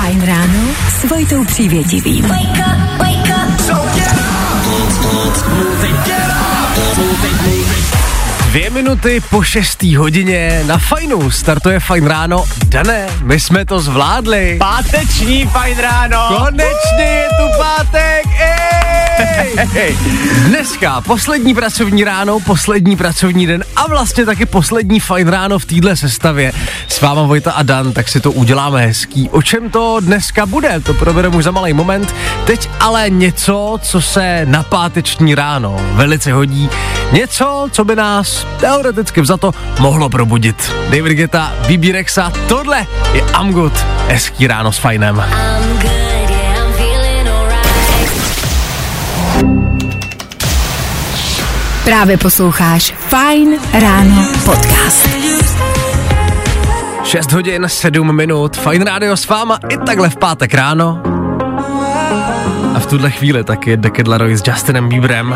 Fajn ráno s Vojtou Přívětivým. Wake up. So get up. 2 minuty po 6. hodině na Fajnu startuje Fajn ráno. Dané, my jsme to zvládli. Páteční Fajn ráno. Konečně je tu pátek. Ej! Dneska poslední pracovní ráno, poslední pracovní den a vlastně taky poslední Fajn ráno v téhle sestavě. S váma Vojta a Dan, tak si to uděláme hezký. O čem to dneska bude? To probereme už za malý moment. Teď ale něco, co se na páteční ráno velice hodí. Něco, co by nás teoreticky vzato mohlo probudit. David Guetta, BB Rexa, tohle je I'm Good. Hezký ráno s Fajnem. Právě posloucháš Fajn ráno podcast. 6 hodin, 7 minut, Fajn rádio s váma i takhle v pátek ráno. A v tuhle chvíli taky Decade Laroi s Justinem Bieberem.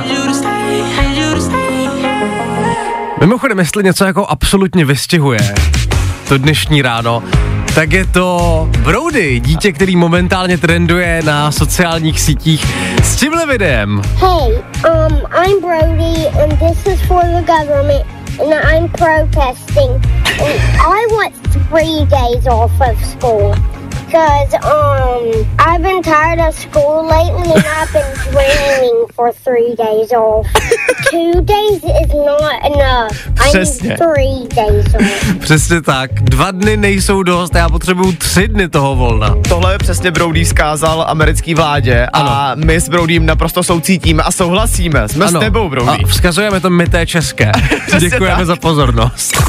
Mimochodem, jestli něco jako absolutně vystihuje to dnešní ráno, tak je to Brody, dítě, který momentálně trenduje na sociálních sítích s tímhle videem. Hey, I'm Brody and this is for the government and I'm protesting. And I want 3 days off of school. Because I've been tired of school lately and I've been dreaming for 3 days off. 2 days is not enough. Přesně. I need 3 days off. Přesně tak, 2 dny nejsou dost, já potřebuju 3 dny toho volna. Tohle přesně Brody vzkázal americký vládě a my s Brodym naprosto soucítíme a souhlasíme. Jsme s tebou, Brody. A vzkazujeme to my té české. Děkujeme tak. za pozornost.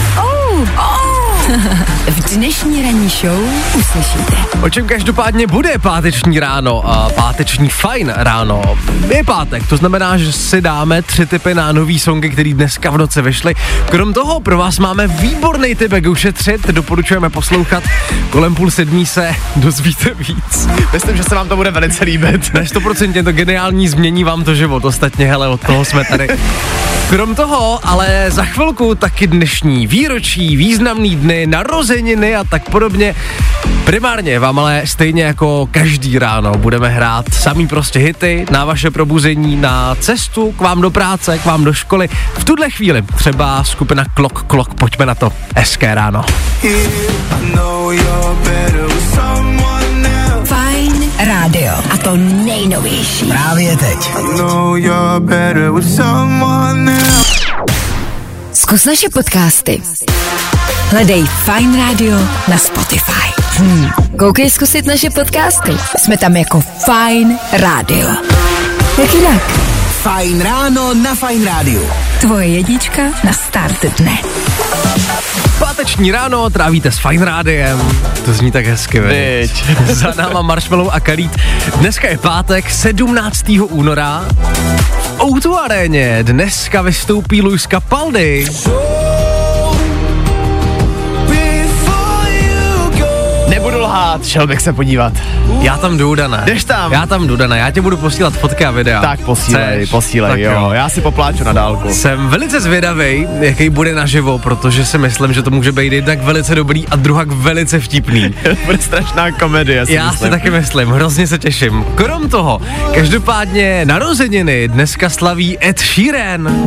V dnešní ranní show uslyšíte. O čem každopádně bude páteční ráno a páteční Fajn ráno? Je pátek, to znamená, že si dáme 3 tipy na nový songy, který dneska v noci vyšly. Krom toho pro vás máme výborný tip, jak ušetřit, doporučujeme poslouchat. Kolem 6:30 se dozvíte víc. Myslím, že se vám to bude velice líbit. Na 100% to geniální, změní vám to život, ostatně, hele, od toho jsme tady. Krom toho, ale za chvilku taky dnešní výročí, významný dny, narozeniny a tak podobně. Primárně vám ale stejně jako každý ráno budeme hrát samý prostě hity na vaše probuzení, na cestu k vám do práce, k vám do školy. V tuhle chvíli třeba skupina Klok, pojďme na to. Hezké ráno. Fajn rádio. A to nejnovější. Právě teď. Zkus naše podcasty. Hledej Fajn rádio na Spotify. Koukej zkusit naše podcasty. Jsme tam jako Fajn rádio. Jak jinak? Fajn ráno na Fajn rádiu. Tvoje jednička na start dne. Páteční ráno trávíte s Fajn rádiem. To zní tak hezky, veď. Za náma Marshmallow a Khalid. Dneska je pátek, 17. února. V O2 aréně dneska vystoupí Luis Capaldi. Nebudu lhát, šel bych se podívat. Já tam jdu, Dana. Jdeš tam? Já tam jdu, Dana. Já ti budu posílat fotky a videa. Tak posílej, Tak jo. Já si popláču na dálku. Jsem velice zvědavej, jaký bude naživo, protože si myslím, že to může být jednak velice dobrý a druhak velice vtipný. Bude strašná komedie, Já si taky myslím, hrozně se těším. Krom toho, každopádně narozeniny dneska slaví Ed Sheeran.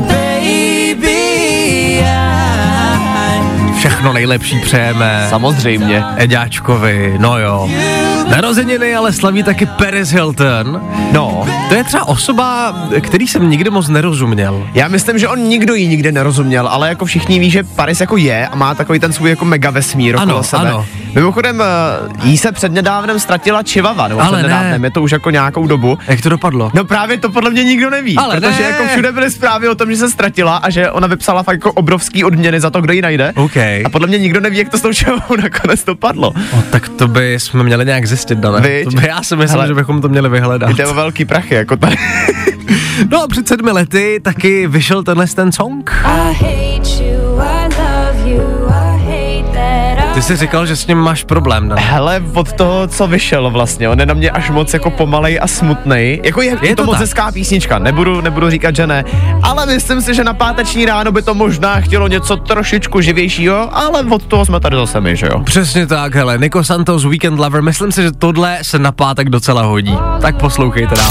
Všechno nejlepší přejeme. Samozřejmě. Eďáčkovi, no jo. Narozeniny ale slaví taky Paris Hilton. No. To je třeba osoba, který jsem nikdy moc nerozuměl. Já myslím, že on nikdo jí nikdy nerozuměl, ale jako všichni ví, že Paris jako je a má takový ten svůj jako mega vesmír okolo sebe. Ano. Mimochodem, jí se přednedávnem ztratila Chihuahua, nebo Ale přednedávnem, je to už jako nějakou dobu. Jak to dopadlo? No právě to podle mě nikdo neví, Ale protože ne. jako všude byly zprávy o tom, že se ztratila a že ona vypsala fakt jako obrovský odměny za to, kdo ji najde. Okay. A podle mě nikdo neví, jak to s tou Chihuahuou nakonec dopadlo. Tak to by jsme měli nějak zjistit, Dane. Já si myslím, Hele, že bychom to měli vyhledat. Jde o velký prachy, jako tady. No a před 7 lety taky vyšel tenhle ten song. I hate you, I love you, I hate that Ty jsi říkal, že s ním máš problém, ne? Hele, od toho, co vyšel vlastně, on je na mě až moc jako pomalej a smutnej. Jako je to moc hezká písnička, nebudu říkat, že ne. Ale myslím si, že na páteční ráno by to možná chtělo něco trošičku živějšího, ale od toho jsme tady zase my, že jo? Přesně tak, hele, Nico Santos, Weekend Lover, myslím si, že tohle se na pátek docela hodí. Tak poslouchejte dál.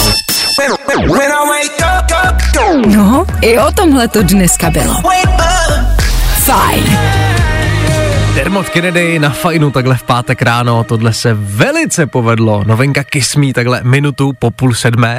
No, i o tomhle to dneska bylo. Fajn. Dermot Kennedy na Fajnu takhle v pátek ráno, tohle se velice povedlo. Novinka Kiss Me takhle minutu po 6:30.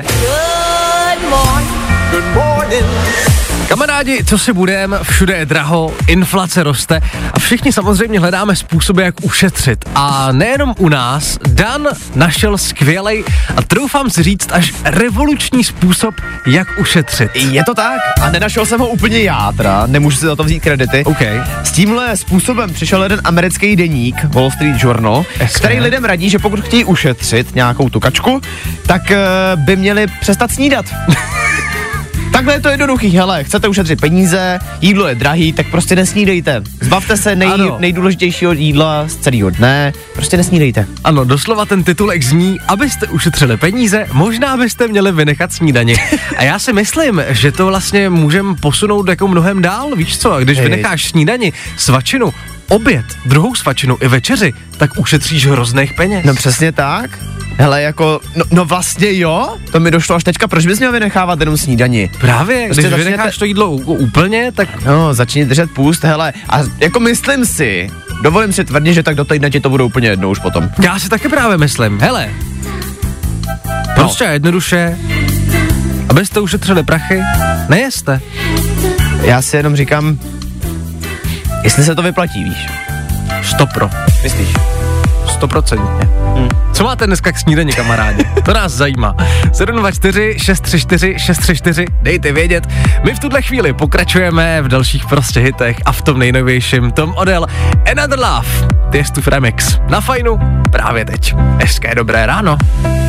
Kamarádi, co si budem, všude je draho, inflace roste a všichni samozřejmě hledáme způsoby, jak ušetřit. A nejenom u nás, Dan našel skvělej a troufám si říct až revoluční způsob, jak ušetřit. Je to tak? A nenašel jsem ho úplně já, teda, nemůžu si za to vzít kredity. Okay. S tímhle způsobem přišel jeden americký deník, Wall Street Journal, který lidem radí, že pokud chtějí ušetřit nějakou tu kačku, tak by měli přestat snídat. Takhle je to jednoduchý, hele, chcete ušetřit peníze, jídlo je drahý, tak prostě nesnídejte. Zbavte se nejdůležitějšího jídla z celého dne, prostě nesnídejte. Ano, doslova ten titulek zní, abyste ušetřili peníze, možná byste měli vynechat snídani. A já si myslím, že to vlastně můžeme posunout jako mnohem dál, víš co, když vynecháš snídani, svačinu, oběd, druhou svačinu i večeři, tak ušetříš hrozných peněz. No přesně tak. Hele, jako, no vlastně jo, to mi došlo až teďka, proč bys měl vynechávat jenom snídani? Právě, když vynecháš to jídlo úplně, tak... No, začni držet půst, hele, a jako myslím si, dovolím si tvrdit, že tak do týdne ti to bude úplně jedno už potom. Já si taky právě myslím, hele, prostě jednoduše, abyste ušetřili prachy, nejeste. Já si jenom říkám, jestli se to vyplatí, víš? 100%. Myslíš? 100%. Co máte dneska k snídani, kamarádi? To nás zajímá. 724 634 634, dejte vědět. My v tuhle chvíli pokračujeme v dalších prostě hitech a v tom nejnovějším Tom Odell Another Love, Tiestův remix. Na Fajnu právě teď. Hezké dobré ráno.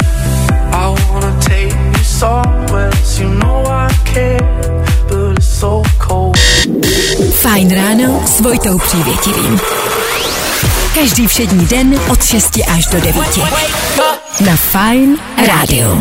Fajn ráno s Vojtou Přívětivým. Každý všední den od 6 až do 9. Na Fajn rádiu.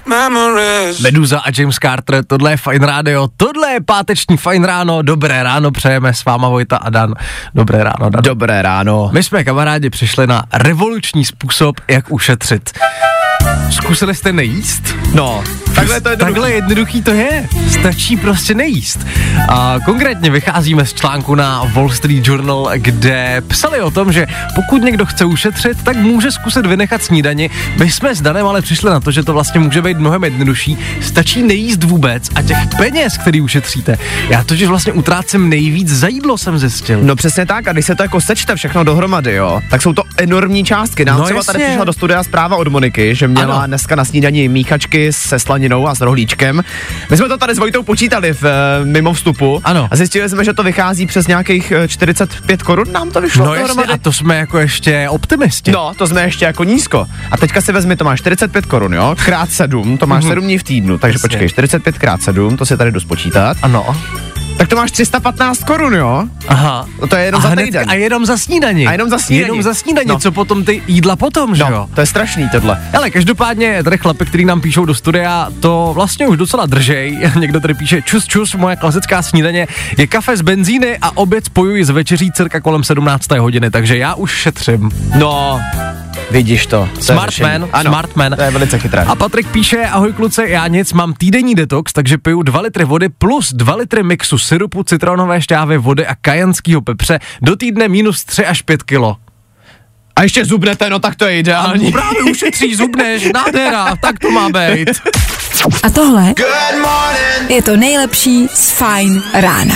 Meduza a James Carter, tohle je Fajn rádio, tohle je páteční Fajn ráno, dobré ráno přejeme s váma Vojta a Dan. Dobré ráno, Dan. Dobré ráno. My jsme, kamarádi, přišli na revoluční způsob, jak ušetřit. Zkusili jste nejíst? No, takhle jednoduchý to je. Stačí prostě nejíst. A konkrétně vycházíme z článku na Wall Street Journal, kde psali o tom, že pokud někdo chce ušetřit, tak může zkusit vynechat snídani. My jsme s Danem ale přišli na to, že to vlastně může být mnohem jednodušší. Stačí nejíst vůbec a těch peněz, který ušetříte. Já totiž vlastně utrácím nejvíc za jídlo, jsem zjistil. No přesně tak, a když se to jako sečte všechno dohromady, jo, tak jsou to enormní částky. Nám třeba tady přišla do studia zpráva od Moniky, že měla dneska na snídani míchačky se slaninou a s rohlíčkem. My jsme to tady s Vojtou počítali mimo vstupu. Ano. A zjistili jsme, že to vychází přes nějakých 45 korun, nám to vyšlo. No jasně, a to jsme jako ještě optimisti. No, to jsme ještě jako nízko. A teďka si vezmi, to máš 45 korun, jo, krát 7, to máš 7 dní v týdnu, takže jasně. Počkej, 45 krát 7, to si tady jdu spočítat. Ano. Tak to máš 315 korun, jo? Aha. No to je jenom za týden. A jenom za snídani. Jenom za snídani, no. Co potom ty jídla potom, že jo? To je strašný tohle. Ale každopádně tady chlapi, který nám píšou do studia, to vlastně už docela držej. Někdo tady píše, čus, moje klasická snídaně je kafe z benzíny a oběd spojuji s večeří cirka kolem 17. hodiny, takže já už šetřím. No, vidíš to. Smartman. To je velice chytré. A Patrik píše, ahoj kluci, já nic, mám týdenní detox, takže piju 2 litry vody plus 2 litry mixu syrupu, citronové šťávy, vody a kajanského pepře, do týdne minus 3 až 5 kilo. A ještě zubnete, no tak to je ideální. A právě ušetří, zubneš, nádhera, tak to má být. A tohle je to nejlepší z Fajn rána.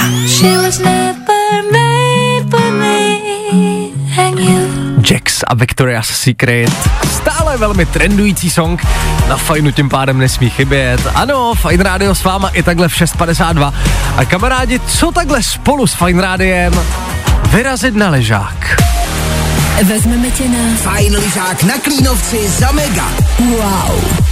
Jax a Victoria's Secret. Stále velmi trendující song. Na Fajnu tím pádem nesmí chybět. Ano, Fajn rádio s váma i takhle v 6:52. A kamarádi, co takhle spolu s Fajn rádiem vyrazit na lyžák? Vezmeme tě na Fajn lyžák na Klínovci za mega. Wow.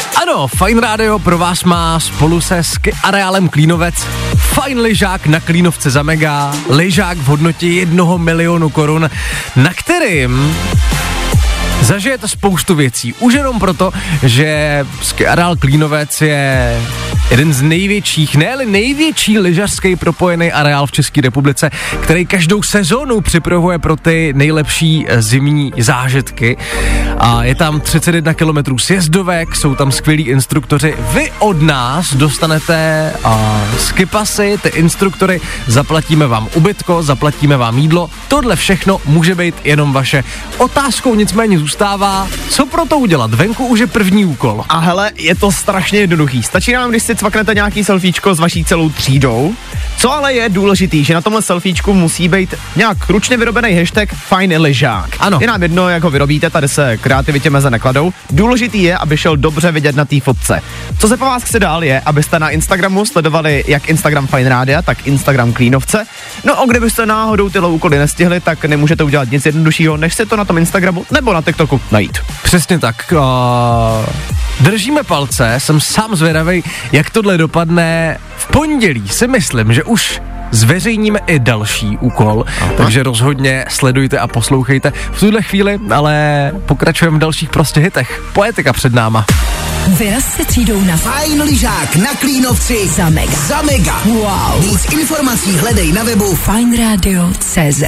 Ano, Fajn Radio pro vás má spolu se ski areálem Klínovec fajn lyžák na Klínovce za mega, lyžák v hodnotě 1 milionu korun, na kterým zažijete spoustu věcí. Už jenom proto, že ski areál Klínovec je jeden z největších, ne-li největší lyžařský propojený areál v České republice, který každou sezónu připravuje pro ty nejlepší zimní zážitky. A je tam 31 km sjezdovek, jsou tam skvělí instruktoři. Vy od nás dostanete skipasy, ty instruktory, zaplatíme vám ubytko, zaplatíme vám jídlo. Tohle všechno může být jenom vaše. Otázkou nicméně zůstává, co pro to udělat. Venku už je první úkol. A hele, je to strašně jednoduchý. Stačí nám, když si cvaknete nějaký selfiečko s vaší celou třídou. Co ale je důležitý, že na tomhle selfiečku musí být nějak ručně vyrobený hashtag fajn lyžák. Ano. Je nám jedno, jak ho vyrobíte, tady se kreativitě meze nekladou. Důležitý je, aby šel dobře vidět na té fotce. Co se po vás chce dál je, abyste na Instagramu sledovali jak Instagram Fajn Rádia, tak Instagram Klínovce. No a kdybyste náhodou tyhle úkoly nestihli, tak nemůžete udělat nic jednoduššího, než si to na tom Instagramu nebo na TikToku najít. Přesně tak. Držíme palce, jsem sám zvědavej, jak tohle dopadne. V pondělí si myslím, že už zveřejníme i další úkol, takže rozhodně sledujte a poslouchejte. V tuhle chvíli ale pokračujeme v dalších prostě hitech. Poetika před náma. Vyraz se třídou na Fajn lyžák na Klínovci za mega. Za mega. Wow. Víc informací hledej na webu fajnradio.cz.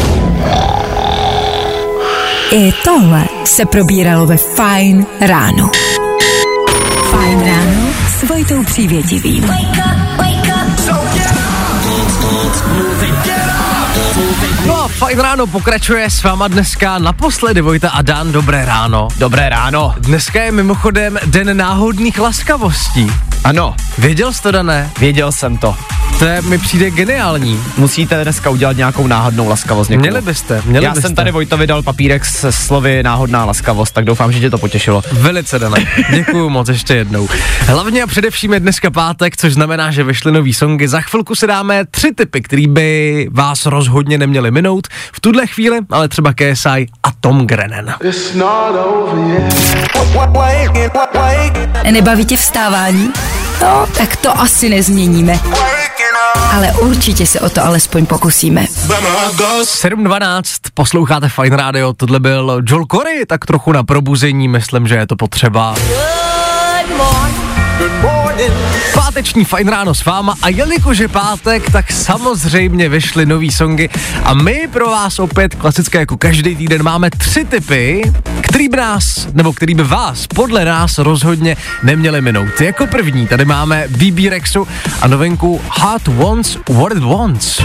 I tohle se probíralo ve Fajn ráno. Fajn ráno s Vojtou Přívětivým. No a Fajn ráno pokračuje s váma dneska naposledy Vojta a Dan. Dobré ráno. Dobré ráno. Dneska je mimochodem den náhodných laskavostí. Ano. Věděl jsi to, Dané? Věděl jsem to. To mi přijde geniální. Musíte dneska udělat nějakou náhodnou laskavost někomu. Měli byste. Já jsem tady Vojtovi dal papírek se slovy náhodná laskavost, tak doufám, že tě to potěšilo. Velice, Dané. Děkuju moc ještě jednou. Hlavně a především je dneska pátek, což znamená, že vyšly nový songy. Za chvilku si dáme 3 tipy, který by vás rozhodně neměli minout. V tuhle chvíli ale třeba KSI a Tom Grennan. Nebaví tě vstávání? No, tak to asi nezměníme. Ale určitě se o to alespoň pokusíme. 7:12, posloucháte Fajn Radio, tohle byl Joel Corey, tak trochu na probuzení, myslím, že je to potřeba. Páteční Fajn ráno s váma a jelikož je pátek, tak samozřejmě vyšly nový songy a my pro vás opět klasické jako každý týden máme 3 tipy, který by vás podle nás rozhodně neměli minout. Jako první tady máme BB Rexu a novinku Heart Wants What It Wants.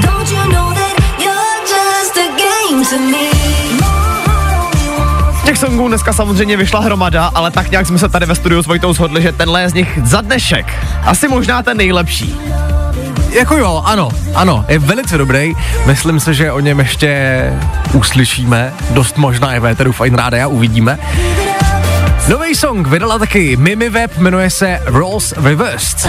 Těch songů dneska samozřejmě vyšla hromada, ale tak nějak jsme se tady ve studiu s Vojtou shodli, že tenhle je z nich za dnešek asi možná ten nejlepší. Jako jo, ano, je velice dobrý. Myslím si, že o něm ještě uslyšíme, dost možná i v éteru Fajn Rádia, uvidíme. Nový song vydala taky Mimi Web, jmenuje se Roles Reversed.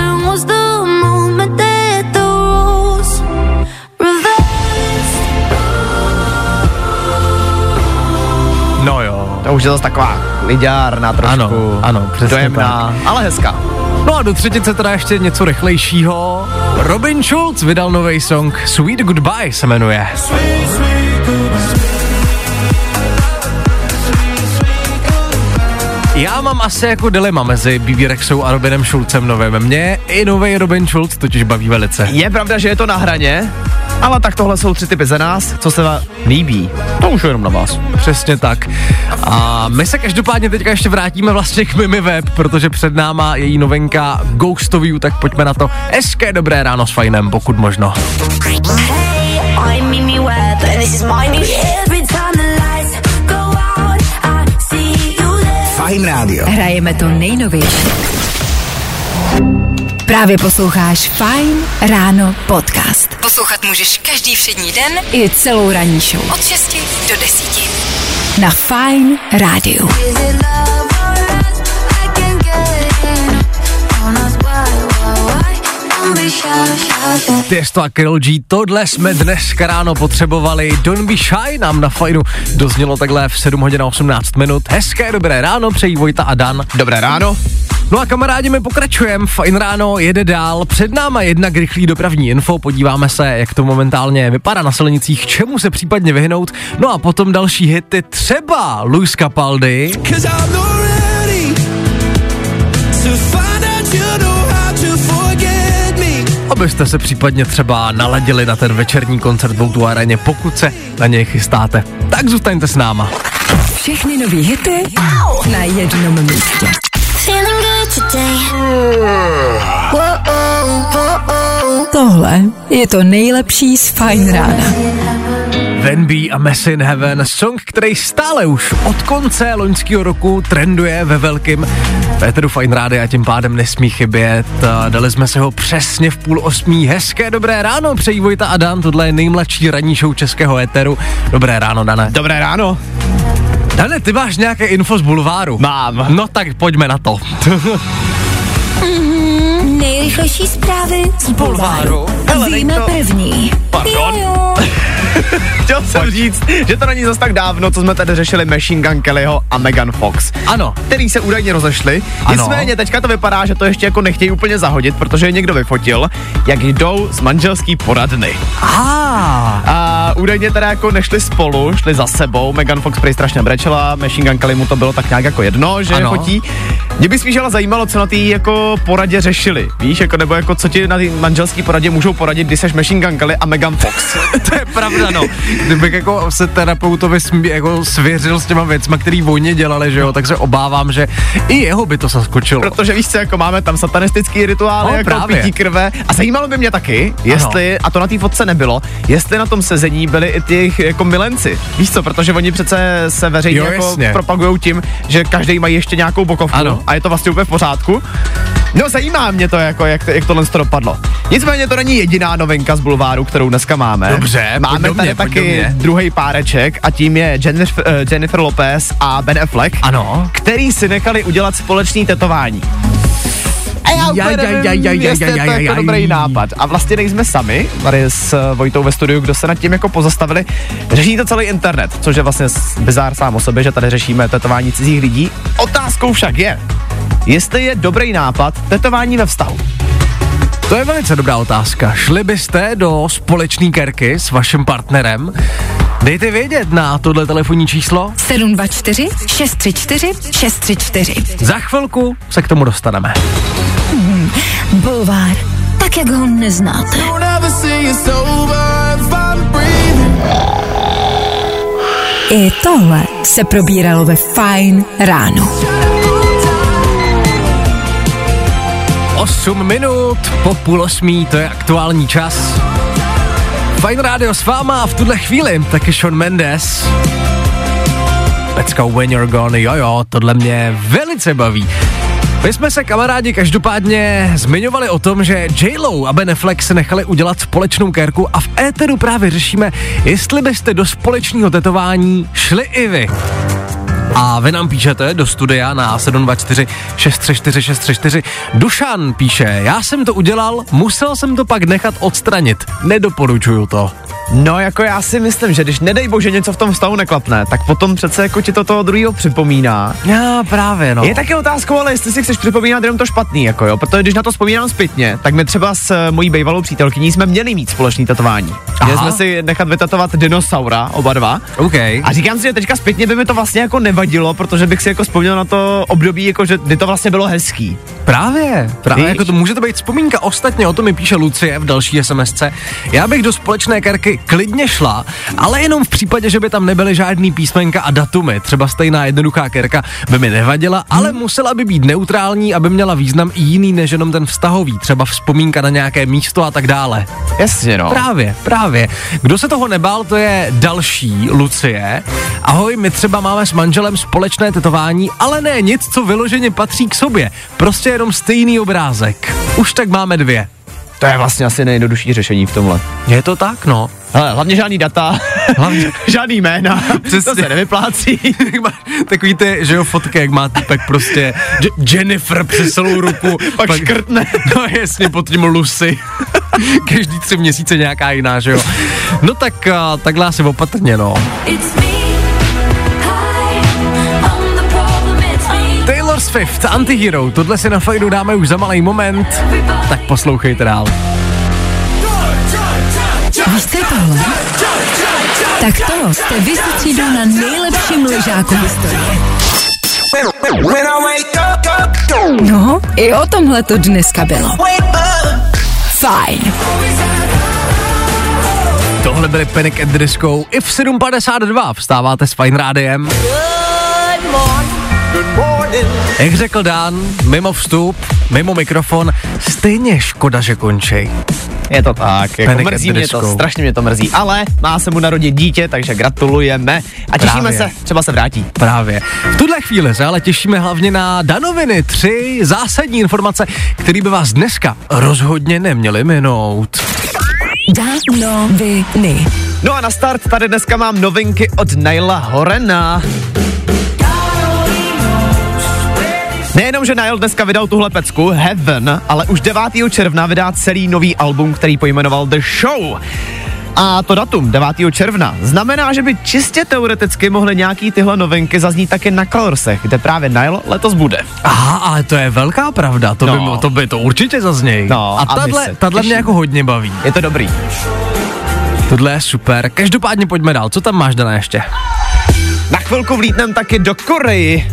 No jo. To už je zase taková liďárna trošku. Ano, přesně dojemná, tak. ale hezká. No a do třetice teda ještě něco rychlejšího. Robin Schulz vydal nový song Sweet Goodbye se jmenuje. Já mám asi jako dilema mezi BB Rexou a Robinem Schulzem novým. Mě i nový Robin Schulz totiž baví velice. Je pravda, že je to na hraně, ale tak tohle jsou 3 tipy za nás, co se vám líbí. To už je jenom na vás. Přesně tak. A my se každopádně teďka ještě vrátíme vlastně k Mimi Web, protože před náma její novinka Ghost of You, tak pojďme na to. Hezké dobré ráno s Fajnem, pokud možno. Hey, I'm Mimi Web and this is my new hit. Every time the lights go out, I see you there. Fajn rádio. Hrajeme to nejnovější. Právě posloucháš Fajn ráno podcast. Poslouchat můžeš každý všední den i celou ranní show. Od 6 do 10. Na Fajn rádiu. Is it love or lust? I can get in on us, why? Don't be shy. Tiesto a Karol G, tohle jsme dneska ráno potřebovali. Don't be shy nám na Fajnu doznělo takhle v 7 hodin a 18 minut. Hezké dobré ráno, přejí Vojta a Dan. Dobré ráno. No a kamarádi, my pokračujeme, Fajn ráno jede dál, před náma jednak rychlý dopravní info, podíváme se, jak to momentálně vypadá na silnicích, čemu se případně vyhnout, no a potom další hity, třeba Luis Capaldi. Abyste se případně třeba naladili na ten večerní koncert v O2 aréně, pokud se na něj chystáte. Tak zůstaňte s náma. Všechny nový hity na jednom místě. Tohle je to nejlepší z Fajn rána. Van B a Mess in Heaven, song, který stále už od konce loňského roku trenduje ve velkým v éteru Fajn rádia a tím pádem nesmí chybět. Dali jsme se ho přesně v 7:30. Hezké dobré ráno, přejí Vojta a Dan, tohle je nejmladší ranní show českého éteru. Dobré ráno, Dane. Dobré ráno. Dane, ty máš nějaké info z bulváru? Mám. No tak pojďme na to. Nejrychlejší zprávy z bulváru. Víme první. Pardon. Chtěl jsem říct, že to není zas tak dávno, co jsme tady řešili Machine Gun Kellyho a Megan Fox. Ano. Který se údajně rozešli. Nicméně teďka to vypadá, že to ještě jako nechtějí úplně zahodit, protože je někdo vyfotil, jak jdou z manželský poradny. A údajně teda jako nešli spolu, šli za sebou. Megan Fox prej strašně brečela, Machine Gun Kelly mu to bylo tak nějak jako jedno, že fotí. Mě by spíš ale zajímalo, co na té jako poradě řešili. Víš, jako nebo jako co ti na té manželské poradě můžou poradit, když seš Machine Gun Kelly a Megan Fox. To je pravda, no. Kdybych jako se terapeutovi jako svěřil s těma věcma, který vojně dělali, že jo, tak se obávám, že i jeho by to zaskočilo. Protože víš co, jako máme tam satanistický rituály, no, jako právě. pití krve. A zajímalo by mě taky, jestli, a to na té fotce nebylo, jestli na tom sezení byli i těch jako milenci. Víš co, protože oni přece se veřejně jako propagujou tím, že každý mají ještě nějakou bokovku a je to vlastně úplně v pořádku. No zajímá mě to, jako, jak tohle dopadlo. Nicméně to není jediná novinka z bulváru, kterou dneska máme. Dobře, máme tady taky druhý páreček a tím je Jennifer Lopez a Ben Affleck, který si nechali udělat společný tetování. A já jestli to je jako dobrý nápad. A vlastně nejsme sami, tady s Vojtou ve studiu, kdo se nad tím jako pozastavili. Řeší to celý internet, což je vlastně bizár sám o sobě, že tady řešíme tetování cizích lidí. Otázkou však je, jestli je dobrý nápad tetování ve vztahu. To je velice dobrá otázka. Šli byste do společné kerky s vaším partnerem? Dejte vědět na tohle telefonní číslo 724 634 634. Za chvilku se k tomu dostaneme. Bulvár, tak jak ho neznáte. I tohle se probíralo ve Fajn ráno. 8 minut po 7:30, to je aktuální čas. Fajn rádio s váma a v tuhle chvíli taky Shawn Mendes. Let's go when you're gone, jo, tohle mě velice baví. My jsme se, kamarádi, každopádně zmiňovali o tom, že J.Lo a Ben Affleck se nechali udělat společnou kérku a v éteru právě řešíme, jestli byste do společného tetování šli i vy. A vy nám píšete do studia na 724 634 634. Dušan píše, já jsem to udělal, musel jsem to pak nechat odstranit. Nedoporučuju to. No jako já si myslím, že když nedej bože něco v tom vztahu neklapne, tak potom přece jako ti to toho druhého připomíná. Já právě, no. Je taky otázkou, ale jestli si chceš připomínat jenom to špatný, jako jo, protože když na to vzpomínám zpětně, tak my třeba s mojí bývalou přítelkyní jsme měli mít společný tetování. Měli jsme si nechat vytetovat dinosaura, oba dva. Okay. A říkám si, že teďka zpětně by mi to vlastně jako nevadilo, protože bych si jako vzpomněl na to období, jako že kdy to vlastně bylo hezký. Právě, jako to může to být vzpomínka. Ostatně o tom mi píše Lucie v další SMSce. Já bych do společné kerky klidně šla, ale jenom v případě, že by tam nebyly žádný písmenka a datumy. Třeba stejná jednoduchá kerka by mi nevadila, ale musela by být neutrální, aby měla význam i jiný než jenom ten vztahový, třeba vzpomínka na nějaké místo a tak dále. Jasně, no. Právě. Kdo se toho nebál, to je další Lucie. Ahoj, my třeba máme s manželem společné tetování, ale ne nic, co vyloženě patří k sobě. Prostě jenom stejný obrázek. Už tak máme 2. To je vlastně asi nejjednodušší řešení v tomhle. Je to tak, no. Hele, hlavně žádný data, žádný jména, to se nevyplácí. Takový ty, že jo, fotky, jak má typek prostě Jennifer přes celou ruku. pak škrtne. No jasně, pod tím Lucy. Každý 3 měsíce nějaká jiná, že jo. No tak takhle asi opatrně, Swift, Antihero, tohle si na Fajnu dáme už za malý moment, tak poslouchejte dál. Víš, co je tohle? Tak to jste vy se třídou na nejlepším lyžáku historie. No, i o tomhle to dneska bylo. Fajn. Tohle byly Panic at the Disco. I v 7:52 vstáváte s Fajn rádiem. Jak řekl Dan, mimo vstup, mimo mikrofon, stejně škoda, že končí. Je to tak, jako mrzí mě to, strašně mě to mrzí, ale má se mu narodit dítě, takže gratulujeme a těšíme se, třeba se vrátí. Právě. V tuhle chvíli se ale těšíme hlavně na danoviny, 3 zásadní informace, které by vás dneska rozhodně neměly minout. Danoviny. No a na start tady dneska mám novinky od Nialla Horana. Nejenom, že Niall dneska vydal tuhle pecku, Heaven, ale už 9. června vydá celý nový album, který pojmenoval The Show. A to datum, 9. června, znamená, že by čistě teoreticky mohly nějaký tyhle novinky zaznít taky na Colorsech, kde právě Niall letos bude. Aha, ale to je velká pravda, to by to určitě zazněj. No, a tahle mě jako hodně baví. Je to dobrý. Tohle je super, každopádně pojďme dál, co tam máš, Dana, ještě? Na chvilku vlítnem taky do Koreji.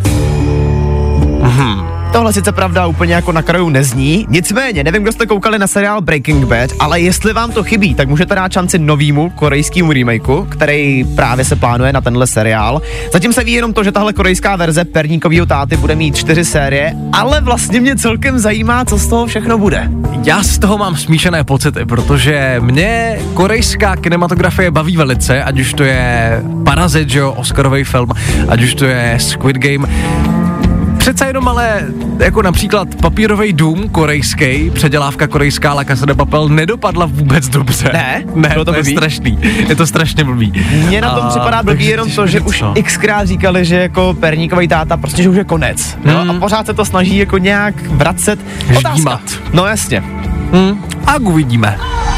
Tohle sice pravda úplně jako na kraju nezní, nicméně, nevím, kdo jste koukali na seriál Breaking Bad, ale jestli vám to chybí, tak můžete dát šanci novýmu korejskému remakeu, který právě se plánuje na tenhle seriál. Zatím se ví jenom to, že tahle korejská verze Perníkovýho táty bude mít 4 série, ale vlastně mě celkem zajímá, co z toho všechno bude. Já z toho mám smíšené pocity, protože mě korejská kinematografie baví velice, ať už to je Parazit, že jo, Oscarový film, ať už to je Squid Game. Přece jenom ale, jako například Papírovej dům korejský, předělávka korejská La Casa de Papel nedopadla vůbec dobře. Ne, to je strašný. Je to strašně blbý. Mně na tom připadá blbý jenom to, že už xkrát říkali, že jako Perníkovej táta prostě, že už je konec. A pořád se to snaží jako nějak vracet. Otázka. No jasně. A uvidíme.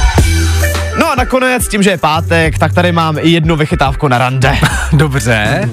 No a nakonec, tím, že je pátek, tak tady mám i jednu vychytávku na rande. Dobře.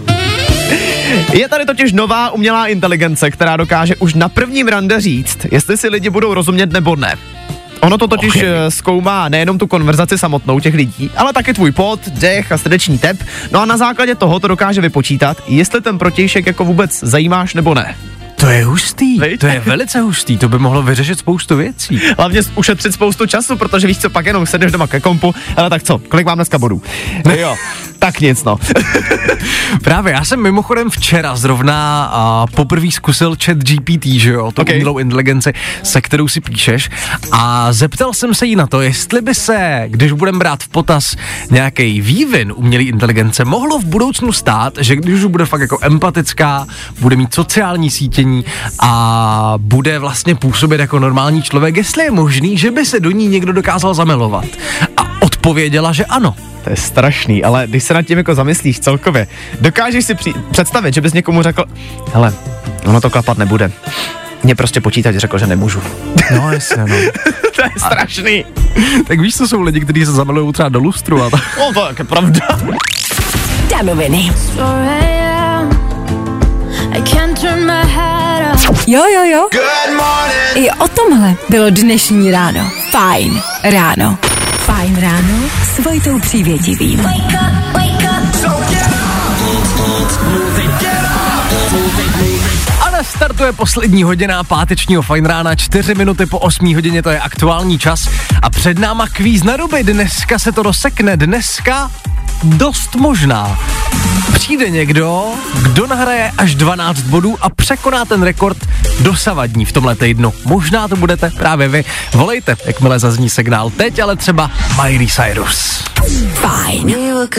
Je tady totiž nová umělá inteligence, která dokáže už na prvním rande říct, jestli si lidi budou rozumět nebo ne. Ono to totiž zkoumá nejenom tu konverzaci samotnou těch lidí, ale taky tvůj pot, dech a srdeční tep. No a na základě toho to dokáže vypočítat, jestli ten protějšek jako vůbec zajímáš nebo ne. To je hustý, to je velice hustý, to by mohlo vyřešit spoustu věcí. Hlavně ušetřit spoustu času, protože víš co, pak jenom sedneš doma ke kompu, ale tak co, kolik mám dneska bodů? No jo, tak nic no. Právě, já jsem mimochodem včera zrovna poprvé zkusil ChatGPT, že jo, tu umělou inteligenci, se kterou si píšeš, a zeptal jsem se jí na to, jestli by se, když budeme brát v potaz nějaký vývin umělé inteligence, mohlo v budoucnu stát, že když už bude fakt jako empatická, bude mít sociální sítění a bude vlastně působit jako normální člověk, jestli je možný, že by se do ní někdo dokázal zamilovat. A odpověděla, že ano. To je strašný, ale když se nad tím jako zamyslíš celkově, dokážeš si představit, že bys někomu řekl, hele, ono to klapat nebude. Mě prostě počítač řekl, že nemůžu. No jasně, no. To je strašný. Tak víš, co jsou lidi, kteří se zamilují třeba do lustru a tak. No to je pravda. Danoviny. Jo. I o tomhle bylo dnešní ráno. Fajn ráno. Fajn ráno s Vojtou Přívětivým. A nastartuje poslední hodina pátečního Fajn rána, 4 minuty po 8 hodině, to je aktuální čas. A před náma kvíz na ruby, dneska se to rozsekne, dneska dost možná přijde někdo, kdo nahraje až 12 bodů a překoná ten rekord dosavadní v tomhle týdnu. Možná to budete právě vy. Volejte, jakmile zazní signál. Teď ale třeba Miley Cyrus. Fajn.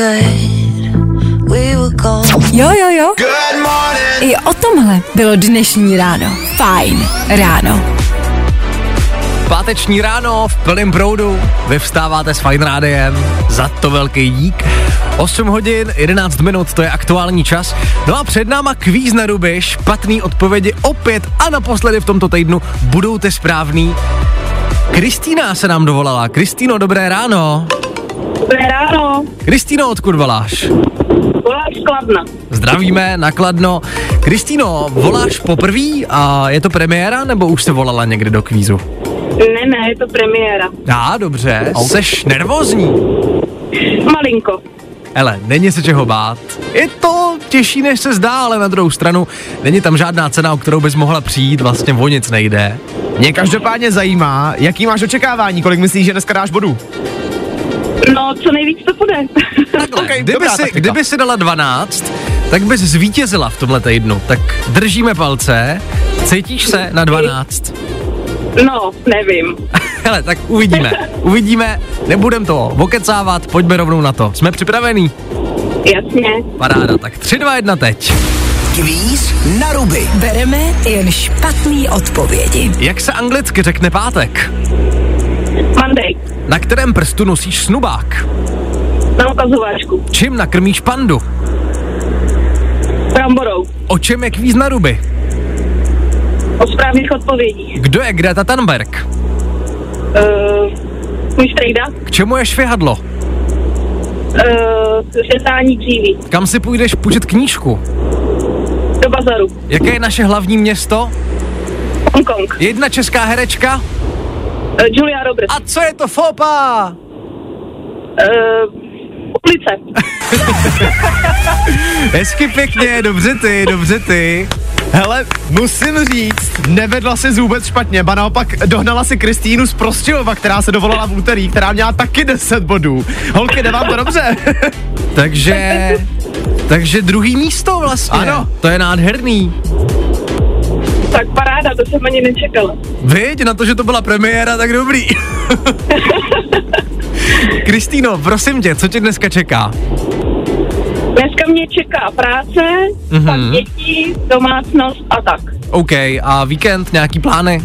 Jo. I o tomhle bylo dnešní ráno. Fajn ráno. Páteční ráno v plném proudu, vy vstáváte s Fajn rádiem, za to velký dík. 8 hodin, 11 minut, to je aktuální čas. No a před náma kvíz na ruby, špatný odpovědi opět a naposledy v tomto týdnu budou ty správný. Kristýna se nám dovolala. Kristýno, dobré ráno. Dobré ráno. Kristýno, odkud voláš? Volám z Kladna. Zdravíme na Kladno. Kristýno, voláš poprvé a je to premiéra, nebo už jsi volala někdy do kvízu? Ne, je to premiéra. Dobře. Seš nervózní? Malinko. Hele, není se čeho bát. Je to těžší, než se zdá, ale na druhou stranu není tam žádná cena, o kterou bys mohla přijít, vlastně o nic nejde. Mě každopádně zajímá, jaký máš očekávání, kolik myslíš, že dneska dáš bodů? No, co nejvíc to půjde. Okay, kdyby si dala 12, tak bys zvítězila v tomhle týdnu. Tak držíme palce. Cítíš se na 12? No, nevím. Hele, tak uvidíme, nebudem to okecávat, pojďme rovnou na to. Jsme připravení? Jasně. Paráda, tak 3, 2, 1, teď. Kvíz na ruby. Bereme jen špatný odpovědi. Jak se anglicky řekne pátek? Monday. Na kterém prstu nosíš snubák? Na ukazováčku. Čím nakrmíš pandu? Bramborou. O čem je kvíz na ruby? O správných odpovědích. Kdo je Greta Thunberg? Můj strejda. K čemu je švihadlo? Řezání dříví. Kam si půjdeš půjčit knížku? Do bazaru. Jaké je naše hlavní město? Hongkong. Jedna česká herečka? Julia Roberts. A co je to fopa? Ulice. Hezky pěkně, dobře ty. Hele, musím říct, nevedla si vůbec špatně, ba naopak dohnala si Kristýnu z Prostějova, která se dovolala v úterý, která měla taky 10 bodů. Holky, jde vám to dobře? Takže druhý místo vlastně. Ano. To je nádherný. Tak paráda, to jsem ani nečekala. Viď, na to, že to byla premiéra, tak dobrý. Kristýno, prosím tě, co tě dneska čeká? Dneska mě čeká práce, pak děti, domácnost a tak. OK, a víkend, nějaký plány?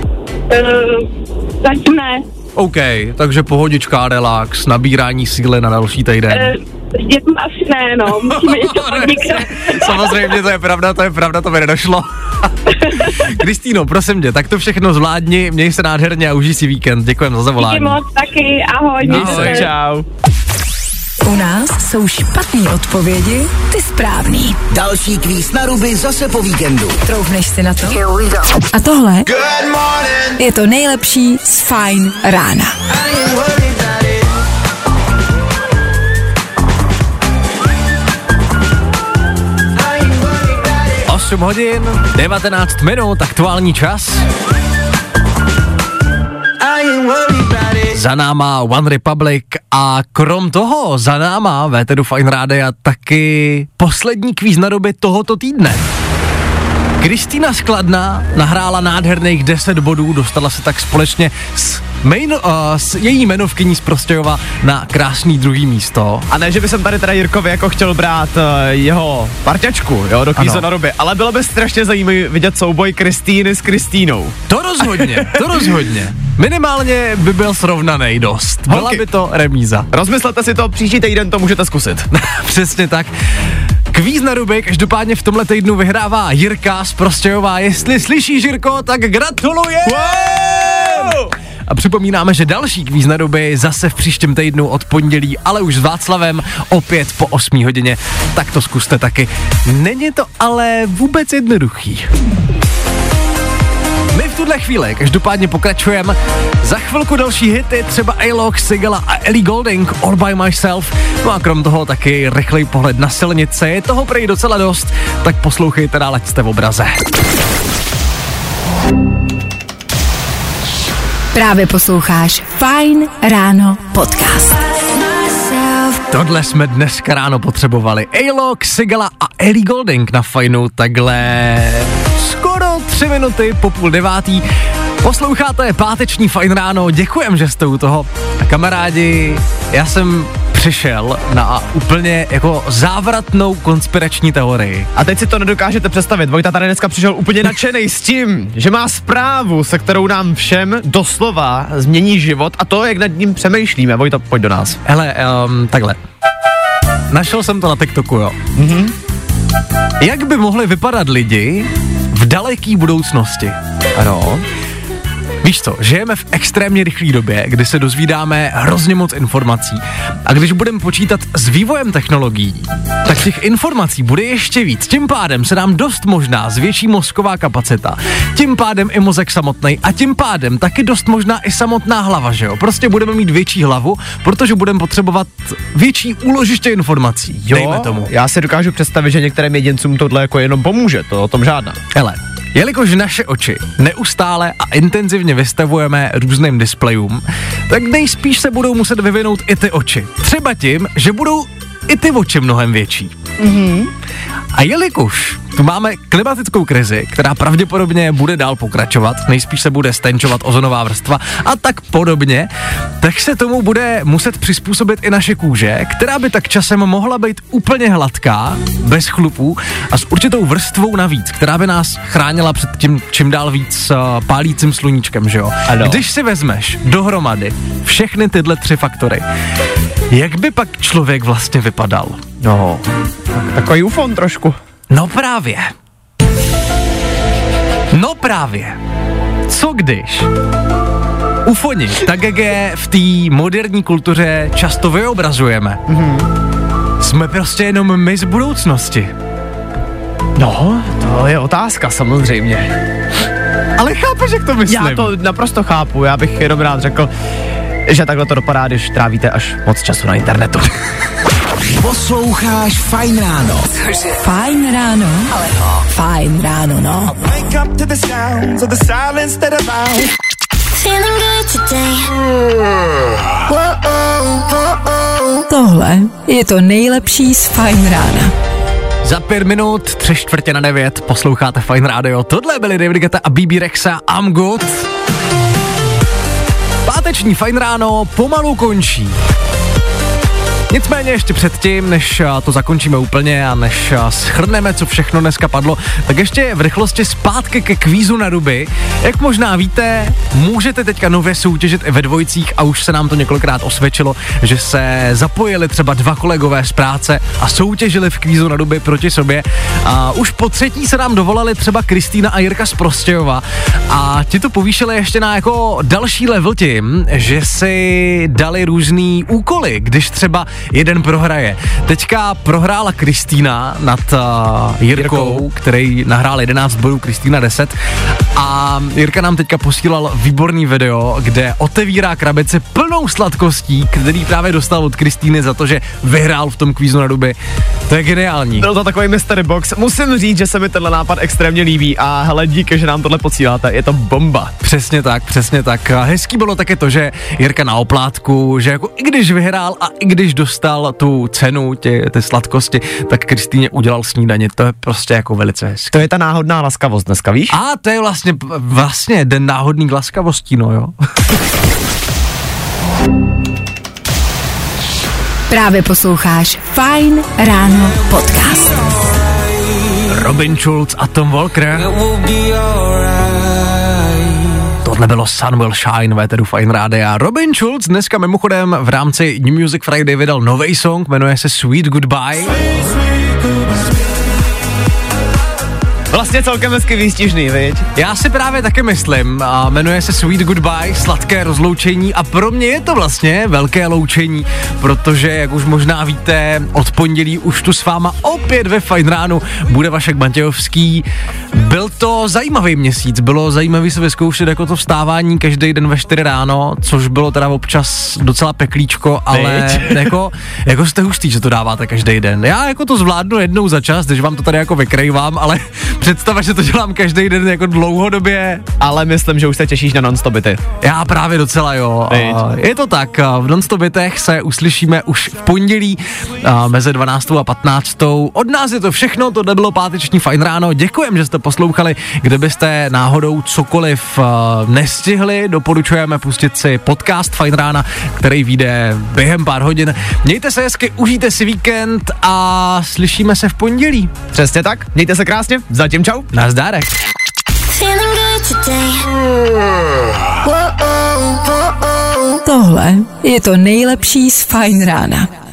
Zatím ne. OK, takže pohodička, relax, nabírání síly na další týden. S dětmi asi ne, no, musíme něco podnikat. Samozřejmě, to je pravda, to mi nedošlo. Kristýno, prosím tě, tak to všechno zvládni, měj se nádherně a užij si víkend, děkujem za zavolání. Díky moc, taky, ahoj. Ahoj, čau. U nás jsou špatný odpovědi, ty správný. Další kvíz na ruby zase po víkendu. Troufneš si na to? A tohle je to nejlepší z Fajn rána. 8 hodin, 19 minut, aktuální čas. Za náma One Republic a krom toho za náma VTDu Fajn Rádia taky poslední kvíz na ruby tohoto týdne. Kristýna z Kladna nahrála nádherných 10 bodů, dostala se tak společně s její jmenovkyní z Prostějova na krásný druhý místo. A ne, že by jsem tady teda Jirkovi jako chtěl brát jeho parťačku, jo, do kvízu na ruby, ale bylo by strašně zajímavé vidět souboj Kristýny s Kristýnou. To rozhodně. Minimálně by byl srovnaný dost. Byla by to remíza. Rozmyslete si to, příští týden to můžete zkusit. Přesně tak. Kvíz na ruby každopádně v tomhle týdnu vyhrává Jirka z Prostějova. Jestli slyšíš, Jirko, tak gratuluje! Wow! A připomínáme, že další kvíz na ruby zase v příštím týdnu od pondělí, ale už s Václavem, opět po 8 hodině. Tak to zkuste taky. Není to ale vůbec jednoduchý. My v tuhle chvíli každopádně pokračujeme. Za chvilku další hity, třeba A-Log, Sigala a Ellie Goulding, All by Myself. No a krom toho taky rychlej pohled na silnice. Je toho prej docela dost, tak poslouchejte dál, ať jste v obraze. Právě posloucháš Fajn ráno podcast. Tohle jsme dneska ráno potřebovali. A-Log, Sigala a Ellie Goulding na Fajnu takhle skoro 3 minuty po 8:30. Posloucháte páteční Fajn ráno, děkujem, že jste u toho. A kamarádi, já jsem přišel na úplně jako závratnou konspirační teorii. A teď si to nedokážete představit, Vojta tady dneska přišel úplně nadšenej s tím, že má zprávu, se kterou nám všem doslova změní život a to, jak nad ním přemýšlíme. Vojta, pojď do nás. Hele, takhle. Našel jsem to na TikToku, jo. Jak by mohli vypadat lidi v daleký budoucnosti? Ano. Víš co, žijeme v extrémně rychlé době, kdy se dozvídáme hrozně moc informací a když budeme počítat s vývojem technologií, tak těch informací bude ještě víc. Tím pádem se nám dost možná zvětší mozková kapacita, tím pádem i mozek samotný a tím pádem taky dost možná i samotná hlava, že jo? Prostě budeme mít větší hlavu, protože budeme potřebovat větší úložiště informací. Jo, dejme tomu. Já si dokážu představit, že některým jedincům tohle jako jenom pomůže, to o tom žádná. Hele, jelikož naše oči neustále a intenzivně vystavujeme různým displejům, tak nejspíš se budou muset vyvinout i ty oči. Třeba tím, že budou i ty oči mnohem větší. A jelikož tu máme klimatickou krizi, která pravděpodobně bude dál pokračovat, nejspíš se bude stenčovat ozonová vrstva a tak podobně, tak se tomu bude muset přizpůsobit i naše kůže, která by tak časem mohla být úplně hladká, bez chlupů a s určitou vrstvou navíc, která by nás chránila před tím čím dál víc pálícím sluníčkem, že jo? Ano. Když si vezmeš dohromady všechny tyhle 3 faktory, jak by pak člověk vlastně vypadal? No, takový ufon trošku. No právě. Co když ufoni, tak jak je v té moderní kultuře často vyobrazujeme, jsme prostě jenom my z budoucnosti. No, to je otázka samozřejmě. Ale chápeš, jak to myslím? Já to naprosto chápu, já bych jenom rád řekl, že takhle to dopadá, když trávíte až moc času na internetu. Posloucháš Fajn ráno. Cože? Fajn ráno? Ale no. Fajn ráno, no. Tohle je to nejlepší z Fajn rána. Za 5 minut, 8:45, posloucháte Fajn rádio. Tohle byli David Guetta a BB Rexa, I'm Good. Páteční Fajn ráno pomalu končí. Nicméně ještě předtím, než to zakončíme úplně a než shrneme, co všechno dneska padlo, tak ještě v rychlosti zpátky ke kvízu na ruby. Jak možná víte, můžete teďka nově soutěžit i ve dvojicích a už se nám to několikrát osvědčilo, že se zapojili třeba 2 kolegové z práce a soutěžili v kvízu na ruby proti sobě. A už po 3. se nám dovolali třeba Kristýna a Jirka z Prostějova a ti to povýšili ještě na jako další level tím, že si dali různý úkoly, když třeba jeden prohraje. Teďka prohrála Kristýna nad Jirkou, který nahrál 11 bodů, Kristýna 10 a Jirka nám teďka posílal výborný video, kde otevírá krabici plnou sladkostí, který právě dostal od Kristýny za to, že vyhrál v tom kvízu na ruby. To je geniální. Byl to takový mystery box. Musím říct, že se mi tenhle nápad extrémně líbí a hele, díky, že nám tohle posíláte, je to bomba. Přesně tak. Hezký bylo také to, že Jirka na oplátku, že jako i když vyhrál a i když dostal tu cenu, ty sladkosti, tak Kristýně udělal snídaně. To je prostě jako velice hezké. To je ta náhodná laskavost dneska, víš? A to je vlastně den náhodný laskavostí, no jo. Právě posloucháš Fajn ráno podcast. Robin Schulz a Tom Walker. Tohle bylo Sun Will Shine ve éteru Fajn rádia. Robin Schulz dneska mimochodem v rámci New Music Friday vydal nový song, jmenuje se Sweet Goodbye. Vlastně celkem hezky výstižný, viď? Já si právě taky myslím, a jmenuje se Sweet Goodbye, sladké rozloučení a pro mě je to vlastně velké loučení, protože, jak už možná víte, od pondělí už tu s váma opět ve Fajn ránu bude Vašek Matějovský. Byl to zajímavý měsíc, bylo zajímavý se vyzkoušet jako to vstávání každý den ve 4 ráno, což bylo teda občas docela peklíčko, ale jako jste hustý, že to dáváte každý den. Já jako to zvládnu jednou za čas, když vám to tady jako vykrejvám, ale představa, že to dělám každý den jako dlouhodobě. Ale myslím, že už se těšíš na non-stopity. Já právě docela, jo. Je to tak, v non-stopitech se uslyšíme už v pondělí mezi 12. a 15. Od nás je to všechno, tohle bylo páteční Fajn ráno. Děkujem, že jste poslouchali. Kdybyste náhodou cokoliv nestihli, doporučujeme pustit si podcast Fajn rána, který vyjde během pár hodin. Mějte se hezky, užijte si víkend a slyšíme se v pondělí. Přesně tak, mějte se krásně, zatím čau. Nazdárek. Tohle je to nejlepší z Fajn rána.